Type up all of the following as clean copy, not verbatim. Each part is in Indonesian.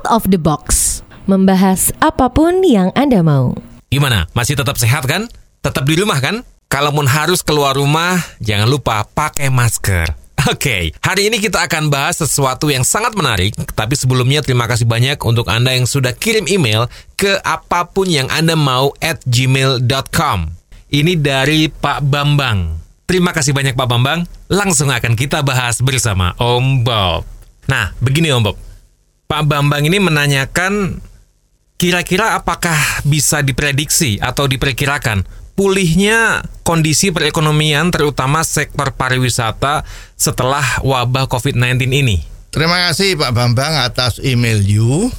of the box, membahas apapun yang Anda mau. Gimana? Masih tetap sehat kan? Tetap di rumah kan? Kalaupun harus keluar rumah, jangan lupa pakai masker. Oke, hari ini kita akan bahas sesuatu yang sangat menarik. Tapi sebelumnya terima kasih banyak untuk Anda yang sudah kirim email ke apapun yang Anda mau @gmail.com. Ini dari Pak Bambang. Terima kasih banyak Pak Bambang. Langsung akan kita bahas bersama Om Bob. Nah, begini Om Bob. Pak Bambang ini menanyakan, kira-kira apakah bisa diprediksi atau diperkirakan pulihnya kondisi perekonomian terutama sektor pariwisata setelah wabah COVID-19 ini? Terima kasih Pak Bambang atas email you.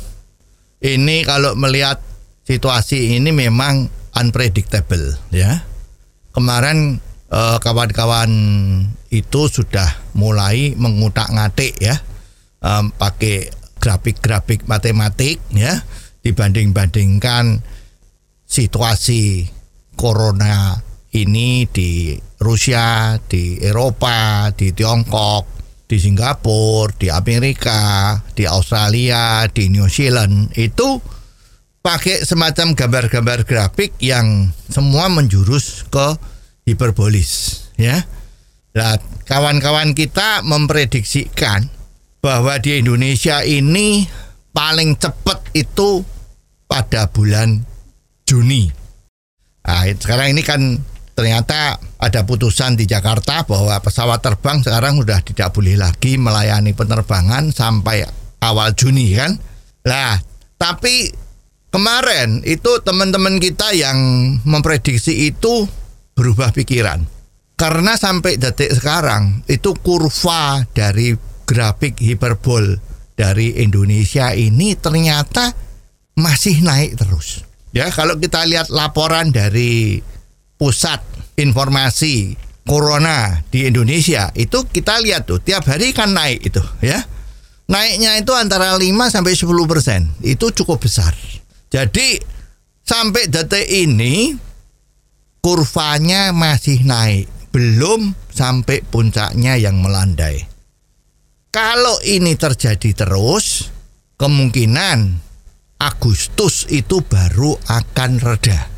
Ini kalau melihat situasi ini memang unpredictable ya. Kemarin kawan-kawan itu sudah mulai mengutak-ngatik ya, pakai grafik-grafik matematik ya, dibanding-bandingkan situasi corona ini di Rusia, di Eropa, di Tiongkok, di Singapura, di Amerika, di Australia, di New Zealand, itu pakai semacam gambar-gambar grafik yang semua menjurus ke hiperbolis ya. Nah, kawan-kawan kita memprediksikan bahwa di Indonesia ini paling cepat itu pada bulan Juni. Nah, sekarang ini kan ternyata ada putusan di Jakarta bahwa pesawat terbang sekarang sudah tidak boleh lagi melayani penerbangan sampai awal Juni kan. Nah, tapi kemarin itu teman-teman kita yang memprediksi itu berubah pikiran. Karena sampai detik sekarang itu kurva dari grafik hiperbol dari Indonesia ini ternyata masih naik terus. Ya, kalau kita lihat laporan dari Pusat Informasi Corona di Indonesia, itu kita lihat tuh tiap hari kan naik itu ya. Naiknya itu antara 5 sampai 10%. Itu cukup besar. Jadi sampai detik ini kurvanya masih naik, belum sampai puncaknya yang melandai. Kalau ini terjadi terus, kemungkinan Agustus itu baru akan reda.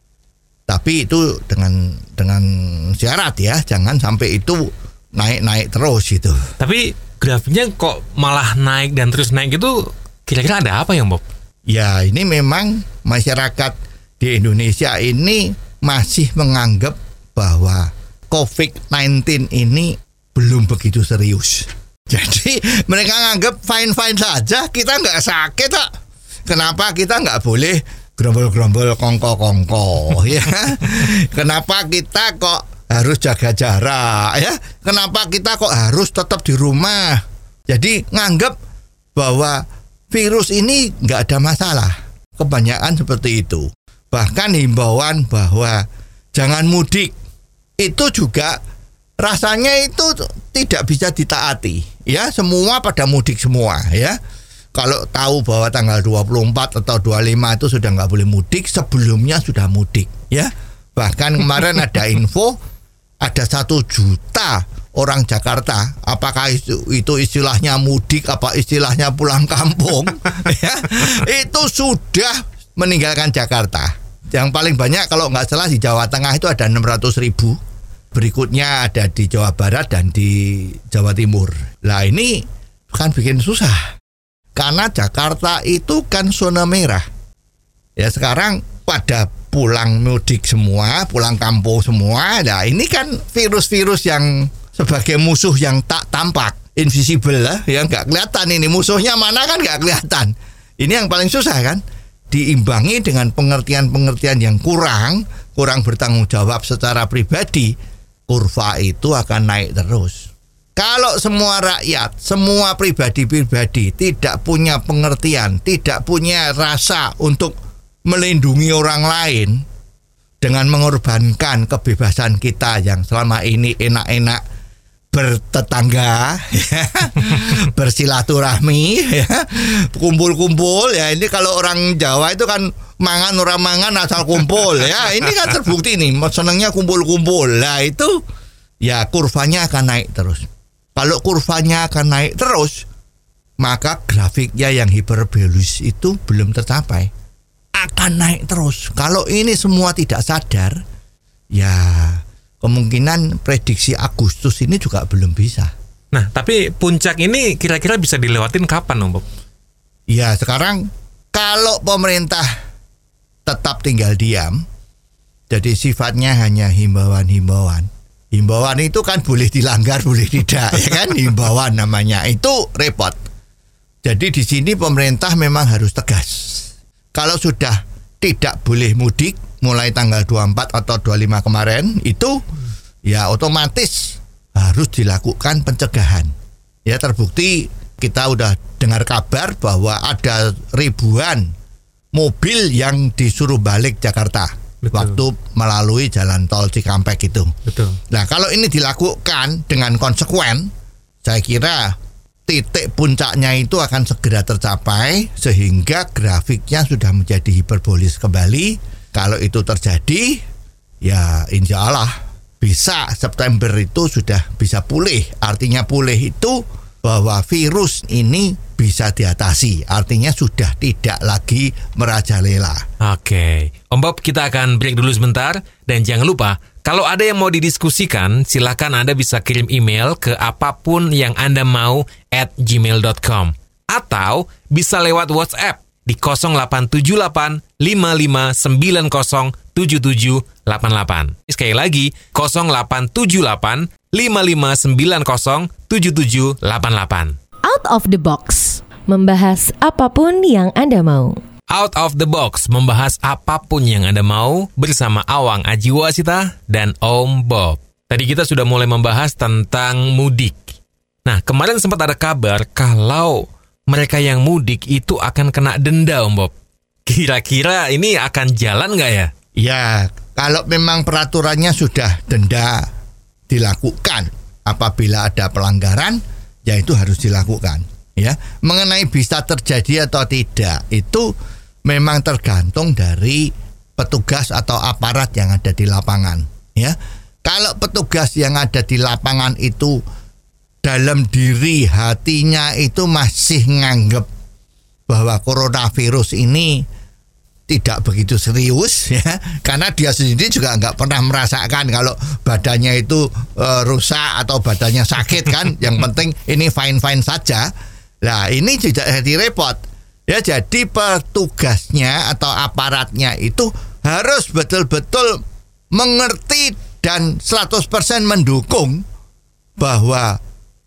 Tapi itu dengan syarat ya, jangan sampai itu naik-naik terus itu. Tapi grafiknya kok malah naik dan terus naik itu, kira-kira ada apa ya Bob? Ya, ini memang masyarakat di Indonesia ini masih menganggap bahwa COVID-19 ini belum begitu serius. Jadi mereka nganggap fine-fine saja, kita nggak sakit kok. Kenapa kita nggak boleh gerombol-gerombol kongko-kongko ya? Kenapa kita kok harus jaga jarak ya? Kenapa kita kok harus tetap di rumah? Jadi nganggap bahwa virus ini nggak ada masalah. Kebanyakan seperti itu. Bahkan himbauan bahwa jangan mudik itu juga rasanya itu tidak bisa ditaati ya. Semua pada mudik semua ya. Kalau tahu bahwa tanggal 24 atau 25 itu sudah nggak boleh mudik, sebelumnya sudah mudik ya. Bahkan kemarin ada info ada 1 juta orang Jakarta, apakah itu istilahnya mudik apa istilahnya pulang kampung ya, itu sudah meninggalkan Jakarta. Yang paling banyak kalau nggak salah di Jawa Tengah itu ada 600.000. Berikutnya ada di Jawa Barat dan di Jawa Timur. Nah ini kan bikin susah. Karena Jakarta itu kan zona merah. Ya sekarang pada pulang mudik semua, pulang kampung semua. Nah ini kan virus-virus yang sebagai musuh yang tak tampak, invisible lah, yang nggak kelihatan ini musuhnya mana kan nggak kelihatan. Ini yang paling susah kan. Diimbangi dengan pengertian-pengertian yang kurang bertanggung jawab secara pribadi, kurva itu akan naik terus. Kalau semua rakyat, semua pribadi-pribadi tidak punya pengertian, tidak punya rasa untuk melindungi orang lain dengan mengorbankan kebebasan kita yang selama ini enak-enak bertetangga, ya, bersilaturahmi, ya, kumpul-kumpul, ya ini kalau orang Jawa itu kan mangan orang mangan asal kumpul, ya ini kan terbukti nih, senangnya kumpul-kumpul, lah itu ya kurvanya akan naik terus. Kalau kurvanya akan naik terus, maka grafiknya yang hiperbolus itu belum tercapai. Akan naik terus. Kalau ini semua tidak sadar, ya kemungkinan prediksi Agustus ini juga belum bisa. Nah, tapi puncak ini kira-kira bisa dilewatin kapan, Om Bob? Ya, sekarang kalau pemerintah tetap tinggal diam, jadi sifatnya hanya himbauan-himbauan. Himbauan itu kan boleh dilanggar, boleh tidak, ya kan? Himbauan namanya, itu repot. Jadi di sini pemerintah memang harus tegas. Kalau sudah tidak boleh mudik mulai tanggal 24 atau 25 kemarin, itu ya otomatis harus dilakukan pencegahan. Ya, terbukti kita udah dengar kabar bahwa ada ribuan mobil yang disuruh balik Jakarta. Betul. Waktu melalui jalan tol Cikampek itu. Betul. Nah, kalau ini dilakukan dengan konsekuen, saya kira titik puncaknya itu akan segera tercapai sehingga grafiknya sudah menjadi hiperbolis kembali. Kalau itu terjadi, ya insya Allah bisa September itu sudah bisa pulih. Artinya pulih itu bahwa virus ini bisa diatasi. Artinya sudah tidak lagi merajalela. Oke, Om Bob, kita akan break dulu sebentar. Dan jangan lupa, kalau ada yang mau didiskusikan, silakan Anda bisa kirim email ke apapun yang Anda mau @gmail.com. Atau bisa lewat WhatsApp di 0878 5590 7788. Sekali lagi, 0878 5590 7788. Out of the box, membahas apapun yang Anda mau. Out of the box, membahas apapun yang Anda mau bersama Awang Ajiwasita dan Om Bob. Tadi kita sudah mulai membahas tentang mudik. Nah, kemarin sempat ada kabar kalau mereka yang mudik itu akan kena denda, Om Bob. Kira-kira ini akan jalan nggak ya? Ya, kalau memang peraturannya sudah denda dilakukan apabila ada pelanggaran, ya itu harus dilakukan. Ya, mengenai bisa terjadi atau tidak itu memang tergantung dari petugas atau aparat yang ada di lapangan. Ya, kalau petugas yang ada di lapangan itu dalam diri hatinya itu masih nganggep bahwa coronavirus ini tidak begitu serius, ya, karena dia sendiri juga nggak pernah merasakan kalau badannya itu rusak atau badannya sakit kan. Yang penting ini fine-fine saja. Nah, ini tidak jadi repot. Ya, jadi petugasnya atau aparatnya itu harus betul-betul mengerti dan 100% mendukung bahwa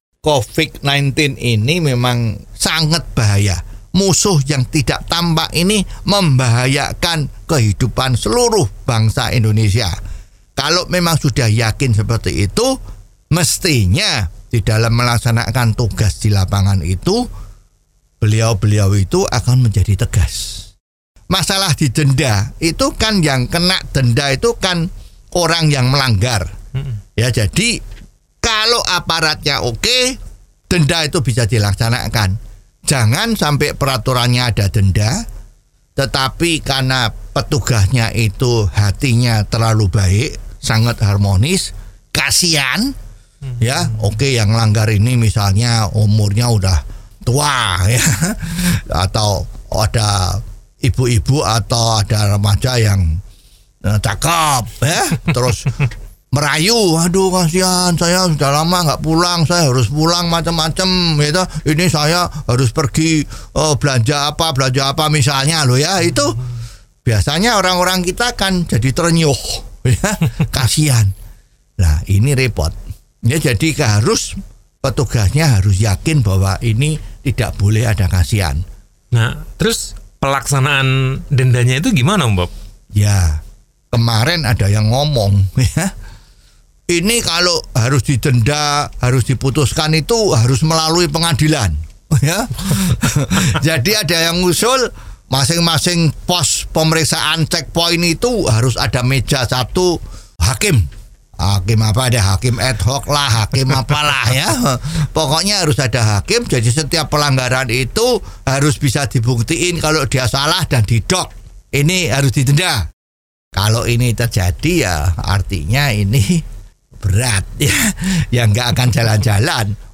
COVID-19 ini memang sangat bahaya. Musuh yang tidak tampak ini membahayakan kehidupan seluruh bangsa Indonesia. Kalau memang sudah yakin seperti itu, mestinya di dalam melaksanakan tugas di lapangan itu, beliau-beliau itu akan menjadi tegas. Masalah di denda itu kan yang kena denda itu kan orang yang melanggar. Ya, jadi kalau aparatnya oke, denda itu bisa dilaksanakan. Jangan sampai peraturannya ada denda, tetapi karena petugasnya itu hatinya terlalu baik, sangat harmonis, kasihan. Ya, oke, yang langgar ini misalnya umurnya udah tua, ya, atau ada ibu-ibu atau ada remaja yang cakep, ya, terus merayu, aduh kasihan, saya sudah lama nggak pulang, saya harus pulang macam-macam, gitu. Ini saya harus pergi belanja apa misalnya loh, ya, itu biasanya orang-orang kita kan jadi ternyuh, ya, kasihan. Nah, ini repot. Ya, jadi petugasnya harus yakin bahwa ini tidak boleh ada kasihan. Nah, terus pelaksanaan dendanya itu gimana, Om Bob? Ya, kemarin ada yang ngomong, ya, ini kalau harus didenda, harus diputuskan itu harus melalui pengadilan, ya. Jadi ada yang ngusul masing-masing pos pemeriksaan checkpoint itu harus ada meja satu hakim. Hakim apa, ada hakim ad hoc lah, hakim apalah, ya. Pokoknya harus ada hakim. Jadi setiap pelanggaran itu harus bisa dibuktiin kalau dia salah dan didok. Ini harus didenda. Kalau ini terjadi, ya artinya ini berat, ya, yang nggak akan jalan-jalan.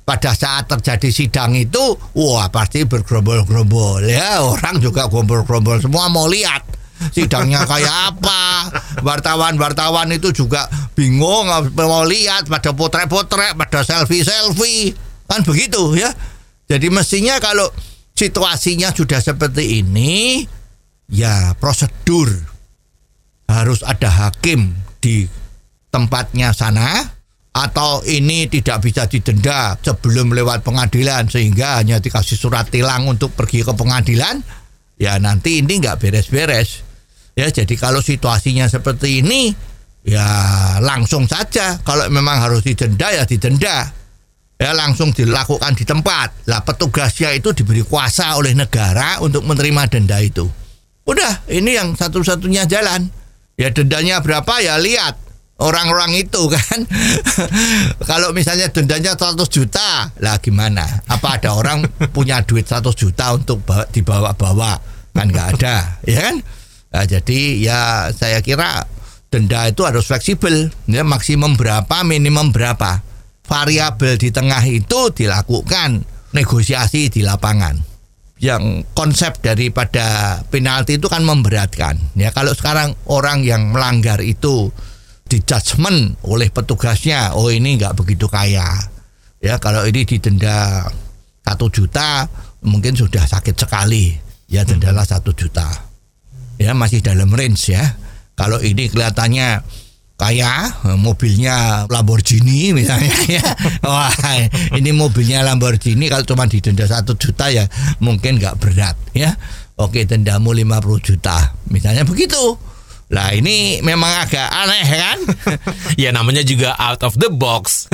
pada saat terjadi sidang itu, wah pasti bergerombol-gerombol ya, orang juga gerombol-gerombol semua mau lihat sidangnya kayak apa. Wartawan itu juga bingung mau lihat, pada potret-potret, pada selfie kan begitu ya. Jadi mestinya kalau situasinya sudah seperti ini, ya prosedur harus ada hakim di tempatnya sana, atau ini tidak bisa didenda sebelum lewat pengadilan sehingga hanya dikasih surat tilang untuk pergi ke pengadilan, ya nanti ini nggak beres-beres ya. Jadi kalau situasinya seperti ini, ya langsung saja, kalau memang harus didenda ya didenda ya, langsung dilakukan di tempat. Lah petugasnya itu diberi kuasa oleh negara untuk menerima denda itu. Udah, ini yang satu-satunya jalan. Ya dendanya berapa ya lihat orang-orang itu kan. Kalau misalnya dendanya 100 juta, lah gimana? Apa ada orang punya duit 100 juta untuk dibawa-bawa? Kan nggak ada, ya kan? Nah, jadi ya saya kira denda itu harus fleksibel, ya, maksimum berapa, minimum berapa. Variabel di tengah itu dilakukan negosiasi di lapangan. Yang konsep daripada penalti itu kan memberatkan. Ya kalau sekarang orang yang melanggar itu di judgement oleh petugasnya, oh ini nggak begitu kaya. Ya kalau ini didenda 1 juta mungkin sudah sakit sekali. Ya dendalah 1 juta. Ya masih dalam range ya. Kalau ini kelihatannya kaya, mobilnya Lamborghini misalnya ya. Wah, ini mobilnya Lamborghini, kalau cuma didenda 1 juta ya mungkin nggak berat ya. Oke, dendamu 50 juta misalnya begitu. Lah ini memang agak aneh kan? Ya namanya juga out of the box.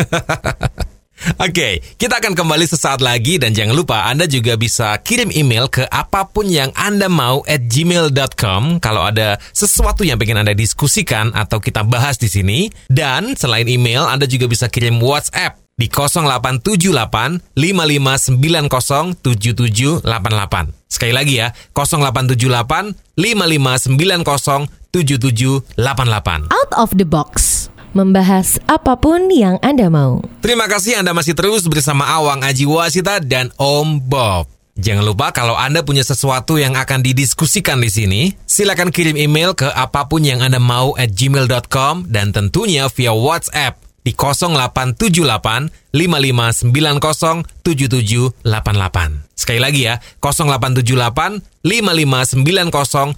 Oke, kita akan kembali sesaat lagi dan jangan lupa Anda juga bisa kirim email ke apapun yang Anda mau @gmail.com kalau ada sesuatu yang pengen Anda diskusikan atau kita bahas di sini. Dan selain email, Anda juga bisa kirim WhatsApp di 0878 5590 7788. Sekali lagi ya, 0878 5590 7788. Out of the box, membahas apapun yang Anda mau. Terima kasih Anda masih terus bersama Awang Aji Wasita dan Om Bob. Jangan lupa kalau Anda punya sesuatu yang akan didiskusikan di sini, silakan kirim email ke apapun yang Anda mau @gmail.com dan tentunya via WhatsApp di 0878 5590 7788. Sekali lagi ya, 0878 5590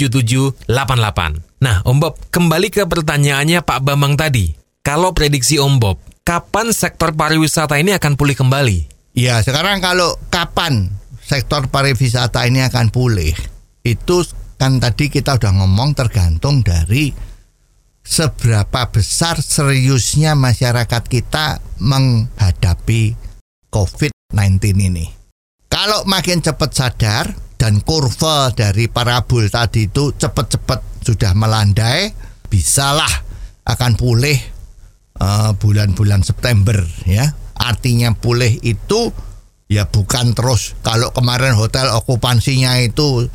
7788. Nah, Om Bob, kembali ke pertanyaannya Pak Bambang tadi. Kalau prediksi Om Bob, kapan sektor pariwisata ini akan pulih kembali? Ya, sekarang kalau kapan sektor pariwisata ini akan pulih, itu kan tadi kita udah ngomong tergantung dari seberapa besar seriusnya masyarakat kita menghadapi COVID-19 ini. Kalau makin cepat sadar dan kurva dari parabol tadi itu cepat-cepat sudah melandai, bisalah akan pulih bulan-bulan September ya. Artinya pulih itu ya bukan terus kalau kemarin hotel okupansinya itu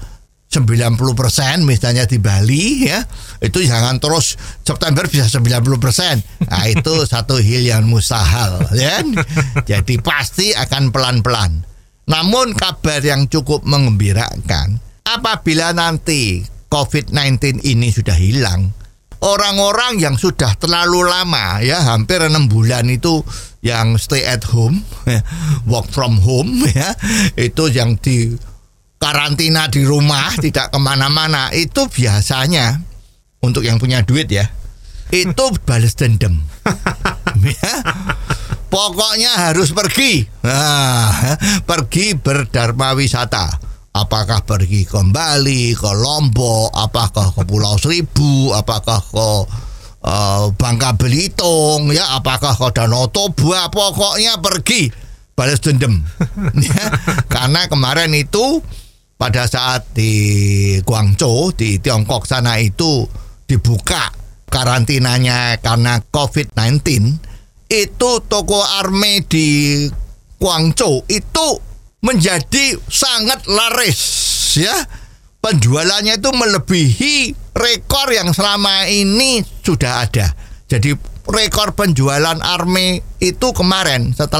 90% misalnya di Bali ya, itu jangan terus September bisa 90%. Nah itu satu hal yang mustahil ya. Jadi pasti akan pelan-pelan. Namun kabar yang cukup menggembirakan, apabila nanti COVID-19 ini sudah hilang, orang-orang yang sudah terlalu lama ya, hampir 6 bulan itu yang stay at home, work from home ya, itu yang di karantina di rumah, tidak kemana-mana, itu biasanya untuk yang punya duit ya, itu balas dendam. Ya. Pokoknya harus pergi. Nah, pergi berdharma wisata. Apakah pergi ke Bali, ke Lombok, apakah ke Pulau Seribu, apakah ke Bangka Belitung, ya, apakah ke Danau Toba, pokoknya pergi balas dendam. Ya, karena kemarin itu pada saat di Guangzhou di Tiongkok sana itu dibuka karantinanya karena COVID-19, itu toko Arme di Guangzhou itu menjadi sangat laris ya. Penjualannya itu melebihi rekor yang selama ini sudah ada. Jadi rekor penjualan Arme itu kemarin setelah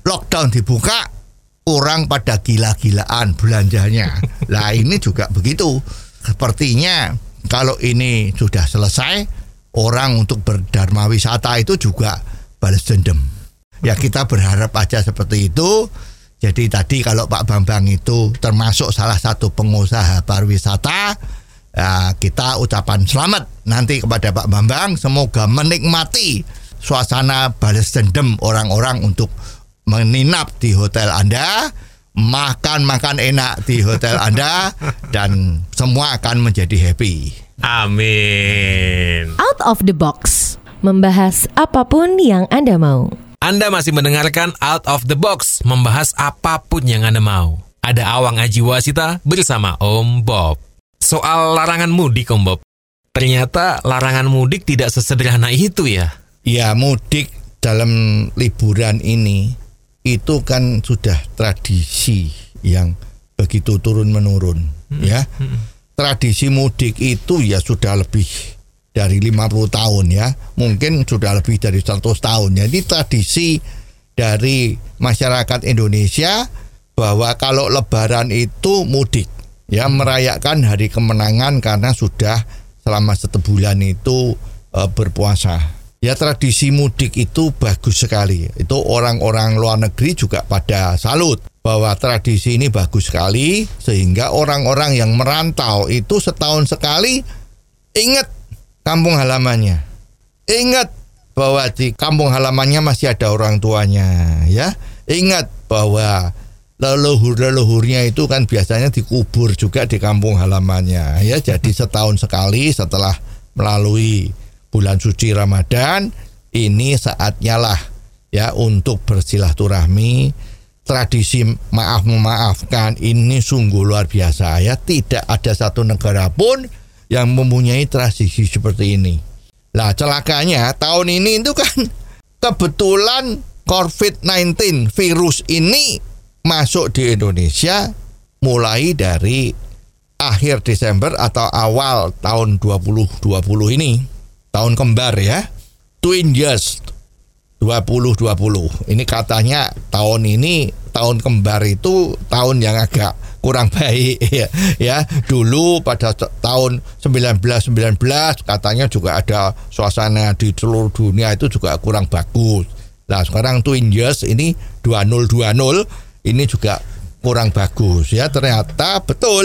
lockdown dibuka, orang pada gila-gilaan belanjanya. Lah ini juga begitu. Sepertinya kalau ini sudah selesai, orang untuk berdharma wisata itu juga balas dendam. Ya kita berharap aja seperti itu. Jadi tadi kalau Pak Bambang itu termasuk salah satu pengusaha pariwisata, ya kita ucapan selamat nanti kepada Pak Bambang. Semoga menikmati suasana balas dendam orang-orang untuk menginap di hotel Anda, makan enak di hotel Anda, dan semua akan menjadi happy. Amin. Out of the box, membahas apapun yang Anda mau. Anda masih mendengarkan Out of the Box, membahas apapun yang Anda mau. Ada Awang Ajiwasita bersama Om Bob. Soal larangan mudik, Om Bob. Ternyata larangan mudik tidak sesederhana itu ya? Ya, mudik dalam liburan ini itu kan sudah tradisi yang begitu turun-menurun, ya. Tradisi mudik itu ya sudah lebih dari 50 tahun ya, mungkin sudah lebih dari 100 tahun. Jadi tradisi dari masyarakat Indonesia bahwa kalau Lebaran itu mudik, ya merayakan hari kemenangan karena sudah selama 1 bulan itu berpuasa. Ya tradisi mudik itu bagus sekali. Itu orang-orang luar negeri juga pada salut bahwa tradisi ini bagus sekali, sehingga orang-orang yang merantau itu setahun sekali ingat kampung halamannya. Ingat bahwa di kampung halamannya masih ada orang tuanya, ya. Ingat bahwa leluhur-leluhurnya itu kan biasanya dikubur juga di kampung halamannya, ya. Jadi setahun sekali setelah melalui bulan suci Ramadan, ini saatnya lah ya untuk bersilaturahmi. Tradisi maaf-memaafkan ini sungguh luar biasa ya. Tidak ada satu negara pun yang mempunyai tradisi seperti ini. Lah celakanya tahun ini itu kan kebetulan COVID-19 virus ini masuk di Indonesia mulai dari akhir Desember atau awal tahun 2020 ini. Tahun kembar ya. Twin years 2020. Ini katanya tahun ini, tahun kembar itu tahun yang agak kurang baik ya. Dulu pada tahun 1919 katanya juga ada suasana di seluruh dunia itu juga kurang bagus. Nah sekarang Twin Years ini 2020 ini juga kurang bagus ya. Ternyata betul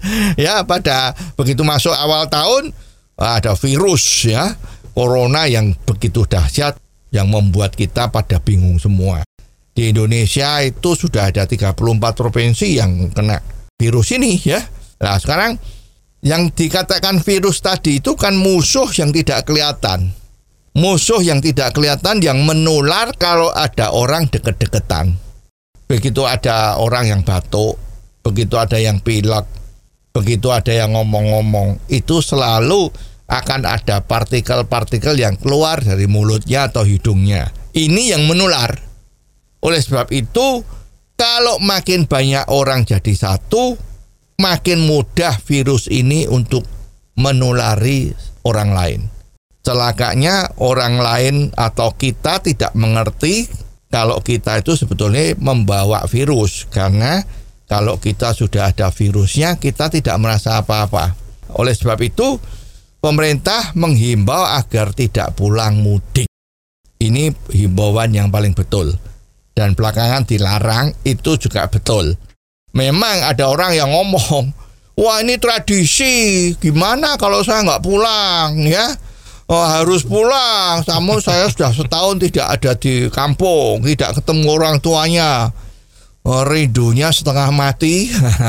ya pada begitu masuk awal tahun ada virus ya, corona yang begitu dahsyat yang membuat kita pada bingung semua. Di Indonesia itu sudah ada 34 provinsi yang kena virus ini ya. Nah sekarang yang dikatakan virus tadi itu kan musuh yang tidak kelihatan. Musuh yang tidak kelihatan yang menular kalau ada orang deket-deketan. Begitu ada orang yang batuk, begitu ada yang pilek, begitu ada yang ngomong-ngomong, itu selalu akan ada partikel-partikel yang keluar dari mulutnya atau hidungnya. Ini yang menular. Oleh sebab itu, kalau makin banyak orang jadi satu, makin mudah virus ini untuk menulari orang lain. Celakanya orang lain atau kita tidak mengerti kalau kita itu sebetulnya membawa virus. Karena kalau kita sudah ada virusnya, kita tidak merasa apa-apa. Oleh sebab itu, pemerintah menghimbau agar tidak pulang mudik. Ini himbauan yang paling betul. Dan belakangan dilarang itu juga betul. Memang ada orang yang ngomong, wah ini tradisi, gimana kalau saya nggak pulang ya? Oh, harus pulang, namun saya sudah setahun tidak ada di kampung, tidak ketemu orang tuanya. Oh, rindunya setengah mati,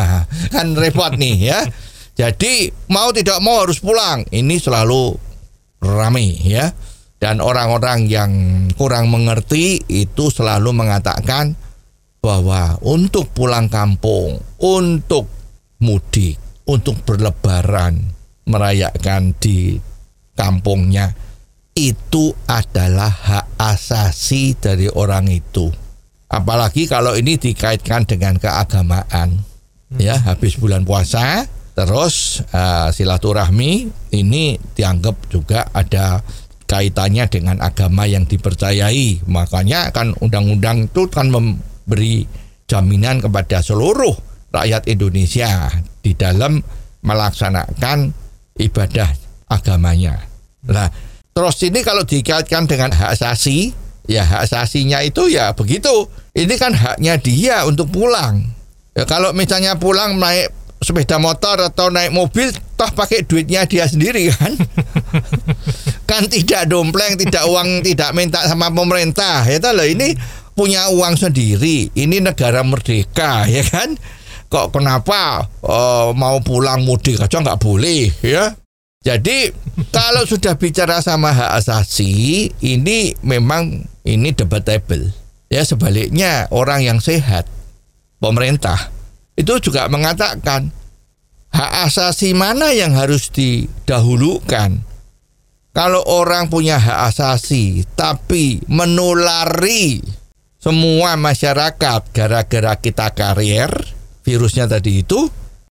kan repot nih ya. Jadi mau tidak mau harus pulang, ini selalu ramai ya. Dan orang-orang yang kurang mengerti itu selalu mengatakan bahwa untuk pulang kampung, untuk mudik, untuk berlebaran, merayakan di kampungnya, itu adalah hak asasi dari orang itu. Apalagi kalau ini dikaitkan dengan keagamaan. Ya, habis bulan puasa, terus silaturahmi, ini dianggap juga ada kaitannya dengan agama yang dipercayai. Makanya kan undang-undang itu kan memberi jaminan kepada seluruh rakyat Indonesia di dalam melaksanakan ibadah agamanya. Nah, terus ini kalau dikaitkan dengan hak asasi, ya hak asasinya itu ya begitu. Ini kan haknya dia untuk pulang. Ya, kalau misalnya pulang naik sepeda motor atau naik mobil, toh pakai duitnya dia sendiri kan. Kan tidak dompleng, tidak uang, tidak minta sama pemerintah. Ya loh, ini punya uang sendiri. Ini negara merdeka, ya kan? Kok kenapa mau pulang mudik aja nggak boleh, ya? Jadi kalau sudah bicara sama hak asasi, ini memang ini debatable. Ya, sebaliknya orang yang sehat, pemerintah itu juga mengatakan hak asasi mana yang harus didahulukan. Kalau orang punya hak asasi tapi menulari semua masyarakat gara-gara kita karier virusnya tadi itu,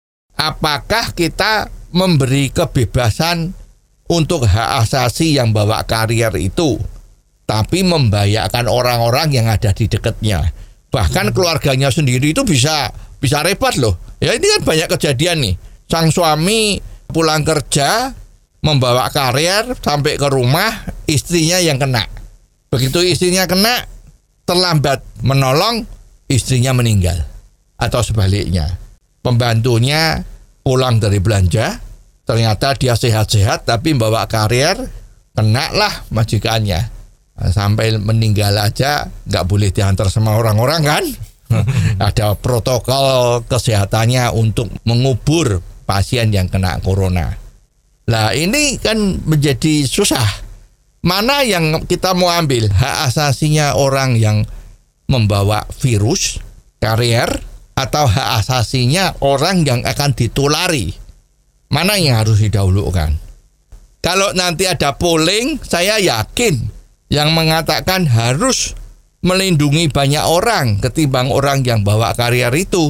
apakah kita memberi kebebasan untuk hak asasi yang bawa karier itu tapi membahayakan orang-orang yang ada di dekatnya? Bahkan keluarganya sendiri itu bisa repot loh. Ya, ini kan banyak kejadian nih. Sang suami pulang kerja membawa karier sampai ke rumah, istrinya yang kena. Begitu istrinya kena, terlambat menolong, istrinya meninggal. Atau sebaliknya, pembantunya pulang dari belanja, ternyata dia sehat-sehat tapi membawa karier, kena lah majikannya. Sampai meninggal aja nggak boleh diantar sama orang-orang kan. Ada protokol kesehatannya untuk mengubur pasien yang kena corona. Nah, ini kan menjadi susah. Mana yang kita mau ambil? Hak asasinya orang yang membawa virus, karier, atau hak asasinya orang yang akan ditulari? Mana yang harus didahulukan? Kalau nanti ada polling, saya yakin yang mengatakan harus melindungi banyak orang ketimbang orang yang bawa karier itu.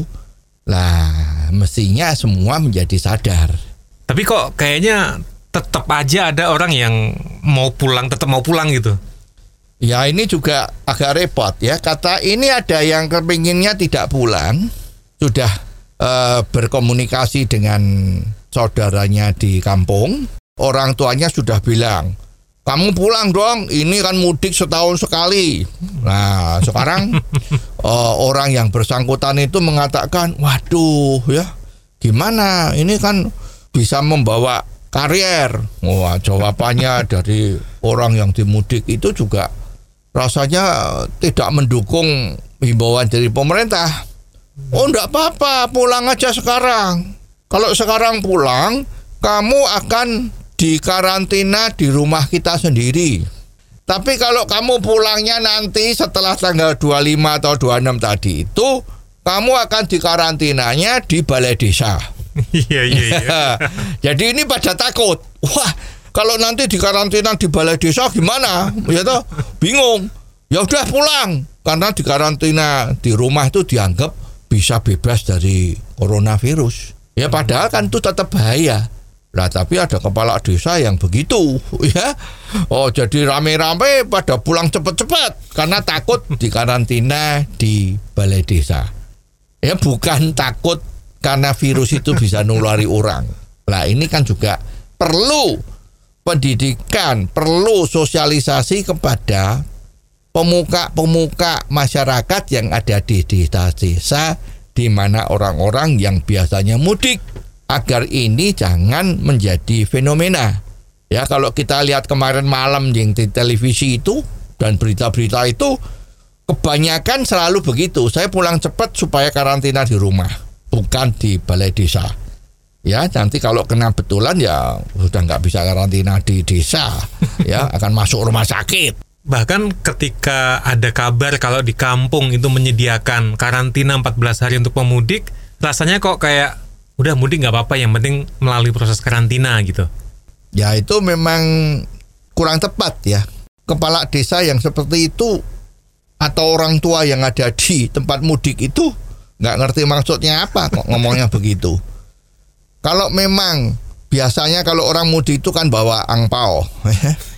Lah, mestinya semua menjadi sadar. Tapi kok kayaknya tetap aja ada orang yang tetap mau pulang gitu. Ya, ini juga agak repot ya. Kata ini ada yang kepinginnya tidak pulang, sudah berkomunikasi dengan saudaranya di kampung. Orang tuanya sudah bilang, kamu pulang dong, ini kan mudik setahun sekali. Nah, sekarang orang yang bersangkutan itu mengatakan, waduh ya, gimana, ini kan bisa membawa karier. Wah, jawabannya dari orang yang dimudik itu juga rasanya tidak mendukung himbauan dari pemerintah. Oh, enggak apa-apa, pulang aja sekarang. Kalau sekarang pulang, kamu akan dikarantina di rumah kita sendiri. Tapi kalau kamu pulangnya nanti setelah tanggal 25 atau 26 tadi itu, kamu akan dikarantinanya di balai desa. Iya. Jadi ini pada takut. Wah, kalau nanti dikarantina di balai desa gimana? Ya toh, bingung. Ya udah pulang, karena dikarantina di rumah itu dianggap bisa bebas dari coronavirus. Ya padahal kan itu tetap bahaya. Lah, tapi ada kepala desa yang begitu, ya. Oh, jadi rame-rame pada pulang cepat-cepat karena takut dikarantina di balai desa. Ya, bukan takut karena virus itu bisa nulari orang. Lah, ini kan juga perlu pendidikan, perlu sosialisasi kepada pemuka-pemuka masyarakat yang ada di desa-desa di mana orang-orang yang biasanya mudik, agar ini jangan menjadi fenomena. Ya, kalau kita lihat kemarin malam yang di televisi itu dan berita-berita itu, kebanyakan selalu begitu. Saya pulang cepat supaya karantina di rumah, bukan di balai desa. Ya, nanti kalau kena betulan ya sudah nggak bisa karantina di desa, ya akan masuk rumah sakit. Bahkan ketika ada kabar kalau di kampung itu menyediakan karantina 14 hari untuk pemudik, rasanya kok kayak udah mudik nggak apa-apa, yang penting melalui proses karantina gitu. Ya, itu memang kurang tepat ya. Kepala desa yang seperti itu atau orang tua yang ada di tempat mudik itu nggak ngerti maksudnya apa kok ngomongnya begitu. Kalau memang biasanya kalau orang mudik itu kan bawa angpao,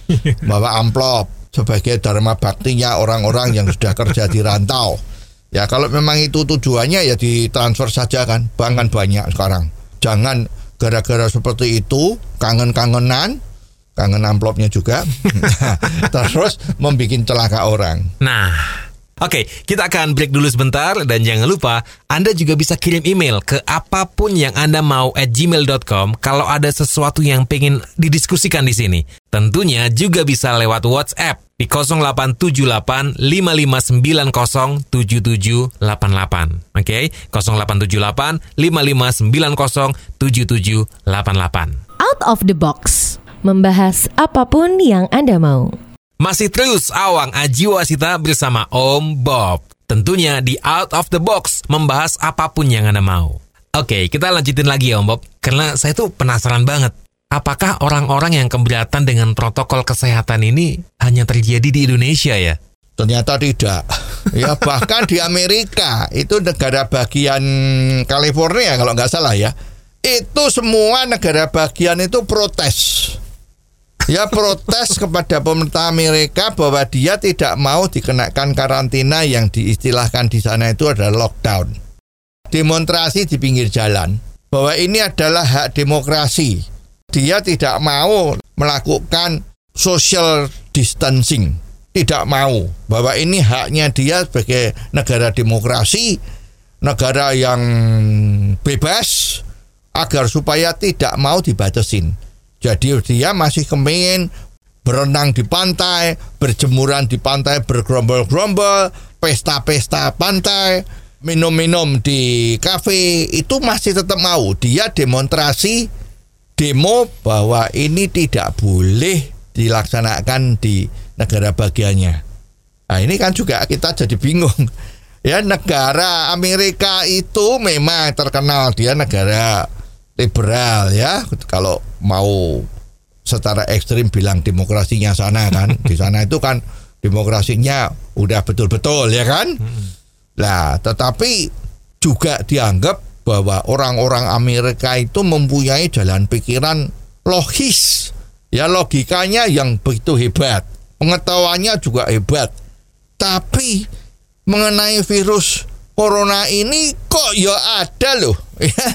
bawa amplop sebagai dharma baktinya orang-orang yang sudah kerja di rantau. Ya kalau memang itu tujuannya ya ditransfer saja kan, bank kan banyak sekarang. Jangan gara-gara seperti itu kangen amplopnya juga, terus membuat celaka orang. Nah, oke, kita akan break dulu sebentar dan jangan lupa Anda juga bisa kirim email ke apapun yang Anda mau @gmail.com kalau ada sesuatu yang pengen didiskusikan di sini. Tentunya juga bisa lewat WhatsApp di 0878 5590 7788. Oke, 0878 5590 7788. Out of the box, membahas apapun yang Anda mau. Masih terus Awang Ajiwasita bersama Om Bob. Tentunya di Out of the Box, membahas apapun yang Anda mau. Oke, kita lanjutin lagi ya Om Bob. Karena saya tuh penasaran banget. Apakah orang-orang yang keberatan dengan protokol kesehatan ini hanya terjadi di Indonesia ya? Ternyata tidak. Ya bahkan di Amerika, itu negara bagian California kalau nggak salah ya. Itu semua negara bagian itu protes. Ya protes kepada pemerintah Amerika bahwa dia tidak mau dikenakan karantina yang diistilahkan di sana itu adalah lockdown. Demonstrasi di pinggir jalan bahwa ini adalah hak demokrasi. Dia tidak mau melakukan social distancing. Tidak mau bahwa ini haknya dia sebagai negara demokrasi, negara yang bebas, agar supaya tidak mau dibatasin. Jadi dia masih kepingin berenang di pantai, berjemuran di pantai, bergerombol-gerombol, pesta-pesta pantai, minum-minum di kafe, itu masih tetap mau. Dia demonstrasi, demo bahwa ini tidak boleh dilaksanakan di negara bagiannya. Nah ini kan juga kita jadi bingung. Ya negara Amerika itu memang terkenal dia negara liberal ya, kalau mau secara ekstrim bilang demokrasinya sana kan, di sana itu kan demokrasinya udah betul-betul ya kan. Nah, tetapi juga dianggap bahwa orang-orang Amerika itu mempunyai jalan pikiran logis, ya logikanya yang begitu hebat, pengetahuannya juga hebat. Tapi mengenai virus corona ini kok ya ada loh ya,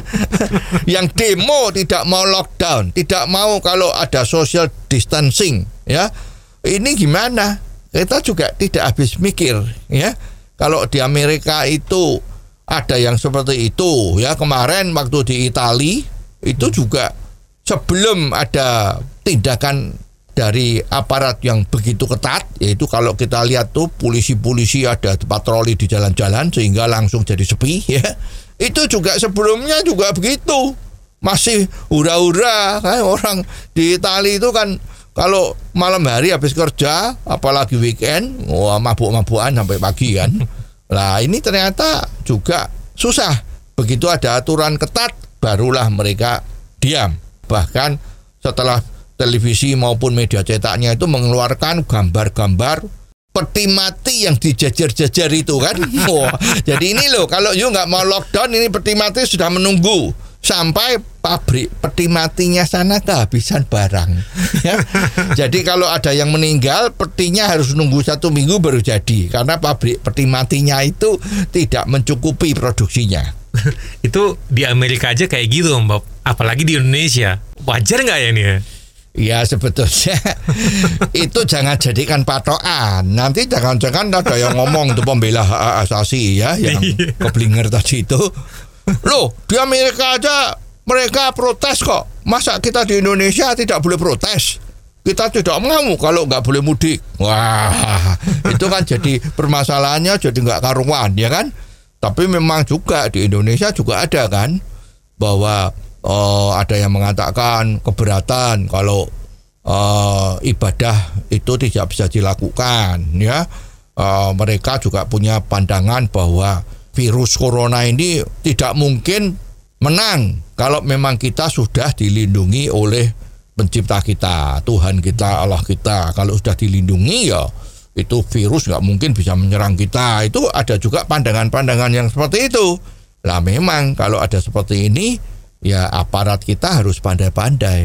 yang demo tidak mau lockdown, tidak mau kalau ada social distancing ya. Ini gimana? Kita juga tidak habis mikir ya. Kalau di Amerika itu ada yang seperti itu ya. Kemarin waktu di Italia itu juga sebelum ada tindakan dari aparat yang begitu ketat, yaitu kalau kita lihat tuh polisi-polisi ada patroli di jalan-jalan sehingga langsung jadi sepi ya. Itu juga sebelumnya juga begitu, masih hura-hura kan. Orang di Italia itu kan kalau malam hari habis kerja, apalagi weekend, wah mabuk-mabukan sampai pagi kan. Nah ini ternyata juga susah. Begitu ada aturan ketat, barulah mereka diam. Bahkan setelah televisi maupun media cetaknya itu mengeluarkan gambar-gambar peti mati yang dijajar-jajar itu kan. Wah, jadi ini loh, kalau you nggak mau lockdown, ini peti mati sudah menunggu sampai pabrik peti matinya sana kehabisan barang ya. Jadi kalau ada yang meninggal, petinya harus nunggu 1 minggu baru jadi, karena pabrik peti matinya itu tidak mencukupi produksinya. Itu di Amerika aja kayak gitu Om Bob, apalagi di Indonesia. Wajar nggak ya ini ya? Ya sebetulnya itu jangan jadikan patokan. Nanti jangan-jangan ada yang ngomong tuh pembela hak asasi ya, yang keblinger tadi itu. Loh, di Amerika aja mereka protes kok. Masa kita di Indonesia tidak boleh protes? Kita tidak mau kalau nggak boleh mudik. Wah, itu kan jadi permasalahannya jadi nggak karuan ya kan. Tapi memang juga di Indonesia juga ada kan, bahwa ada yang mengatakan keberatan kalau ibadah itu tidak bisa dilakukan ya. Mereka juga punya pandangan bahwa virus corona ini tidak mungkin menang kalau memang kita sudah dilindungi oleh pencipta kita, Tuhan kita, Allah kita. Kalau sudah dilindungi ya itu virus nggak mungkin bisa menyerang kita. Itu ada juga pandangan-pandangan yang seperti itu. Lah memang kalau ada seperti ini, ya aparat kita harus pandai-pandai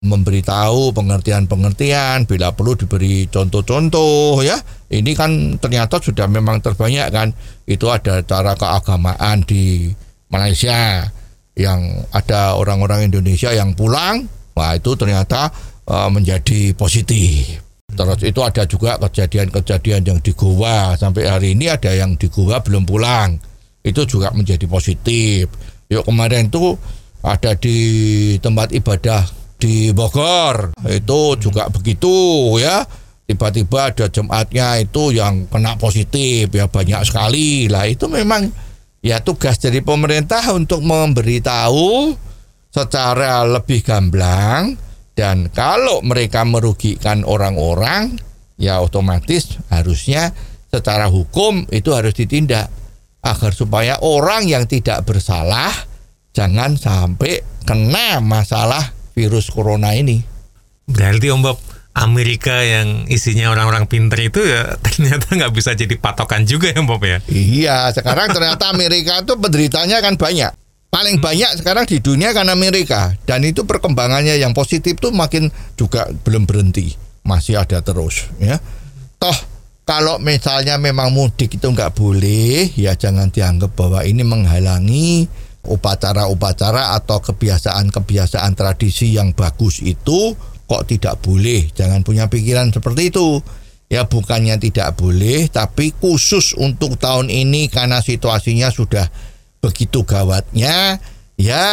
memberitahu pengertian-pengertian, bila perlu diberi contoh-contoh ya. Ini kan ternyata sudah memang terbanyak kan. Itu ada acara keagamaan di Malaysia yang ada orang-orang Indonesia yang pulang. Wah, itu ternyata menjadi positif. Terus itu ada juga kejadian-kejadian yang di Goa. Sampai hari ini ada yang di Goa belum pulang. Itu juga menjadi positif. Yuk, kemarin itu ada di tempat ibadah di Bogor, itu juga begitu ya. Tiba-tiba ada jemaatnya itu yang kena positif ya, banyak sekali. Lah itu memang ya tugas dari pemerintah untuk memberitahu secara lebih gamblang, dan kalau mereka merugikan orang-orang ya otomatis harusnya secara hukum itu harus ditindak agar supaya orang yang tidak bersalah jangan sampai kena masalah virus corona ini. Berarti Om Bob, Amerika yang isinya orang-orang pinter itu ya ternyata nggak bisa jadi patokan juga ya Om Bob ya? Iya, sekarang ternyata Amerika itu penderitanya kan banyak. Paling banyak sekarang di dunia kan Amerika. Dan itu perkembangannya yang positif tuh makin juga belum berhenti. Masih ada terus ya. Toh kalau misalnya memang mudik itu nggak boleh, ya jangan dianggap bahwa ini menghalangi upacara-upacara atau kebiasaan-kebiasaan tradisi yang bagus itu kok tidak boleh. Jangan punya pikiran seperti itu. Ya bukannya tidak boleh, tapi khusus untuk tahun ini karena situasinya sudah begitu gawatnya, ya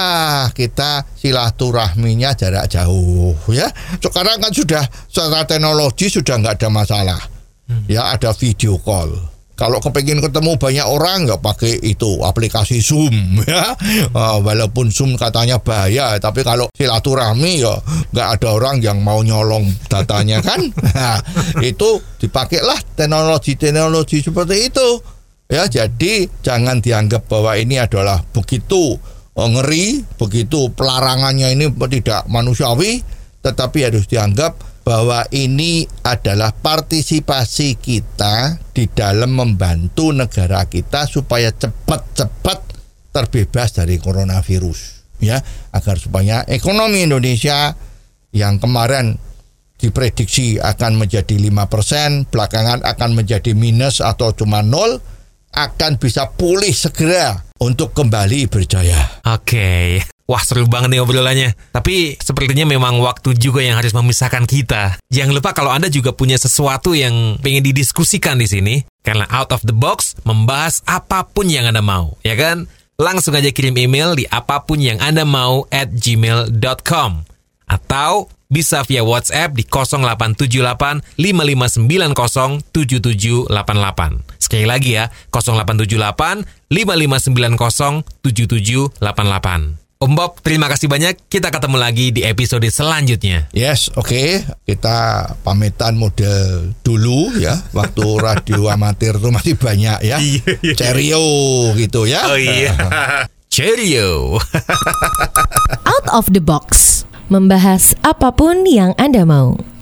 kita silaturahminya jarak jauh ya. Sekarang kan sudah secara teknologi sudah nggak ada masalah. Ya ada video call. Kalau kepengen ketemu banyak orang nggak pakai itu aplikasi Zoom ya. Walaupun Zoom katanya bahaya, tapi kalau silaturahmi ya nggak ada orang yang mau nyolong datanya kan. Nah, itu dipakailah teknologi seperti itu. Ya, jadi jangan dianggap bahwa ini adalah begitu ngeri, begitu pelarangannya ini tidak manusiawi, tetapi harus dianggap bahwa ini adalah partisipasi kita di dalam membantu negara kita supaya cepat-cepat terbebas dari coronavirus ya, agar supaya ekonomi Indonesia yang kemarin diprediksi akan menjadi 5%, belakangan akan menjadi minus atau cuma 0, akan bisa pulih segera untuk kembali berjaya. Oke. Wah, seru banget nih obrolannya. Tapi sepertinya memang waktu juga yang harus memisahkan kita. Jangan lupa kalau Anda juga punya sesuatu yang pengen didiskusikan di sini, karena Out of the Box membahas apapun yang Anda mau, ya kan? Langsung aja kirim email di apapun yang Anda mau @gmail.com atau bisa via WhatsApp di 0878 5590 7788. Sekali lagi ya, 0878 5590 7788. Om Bob, terima kasih banyak. Kita ketemu lagi di episode selanjutnya. Yes, oke. Kita pamitan model dulu ya. Waktu radio amatir itu masih banyak ya. Cheerio gitu ya. Oh iya. Cheerio. Out of the Box. Membahas apapun yang Anda mau.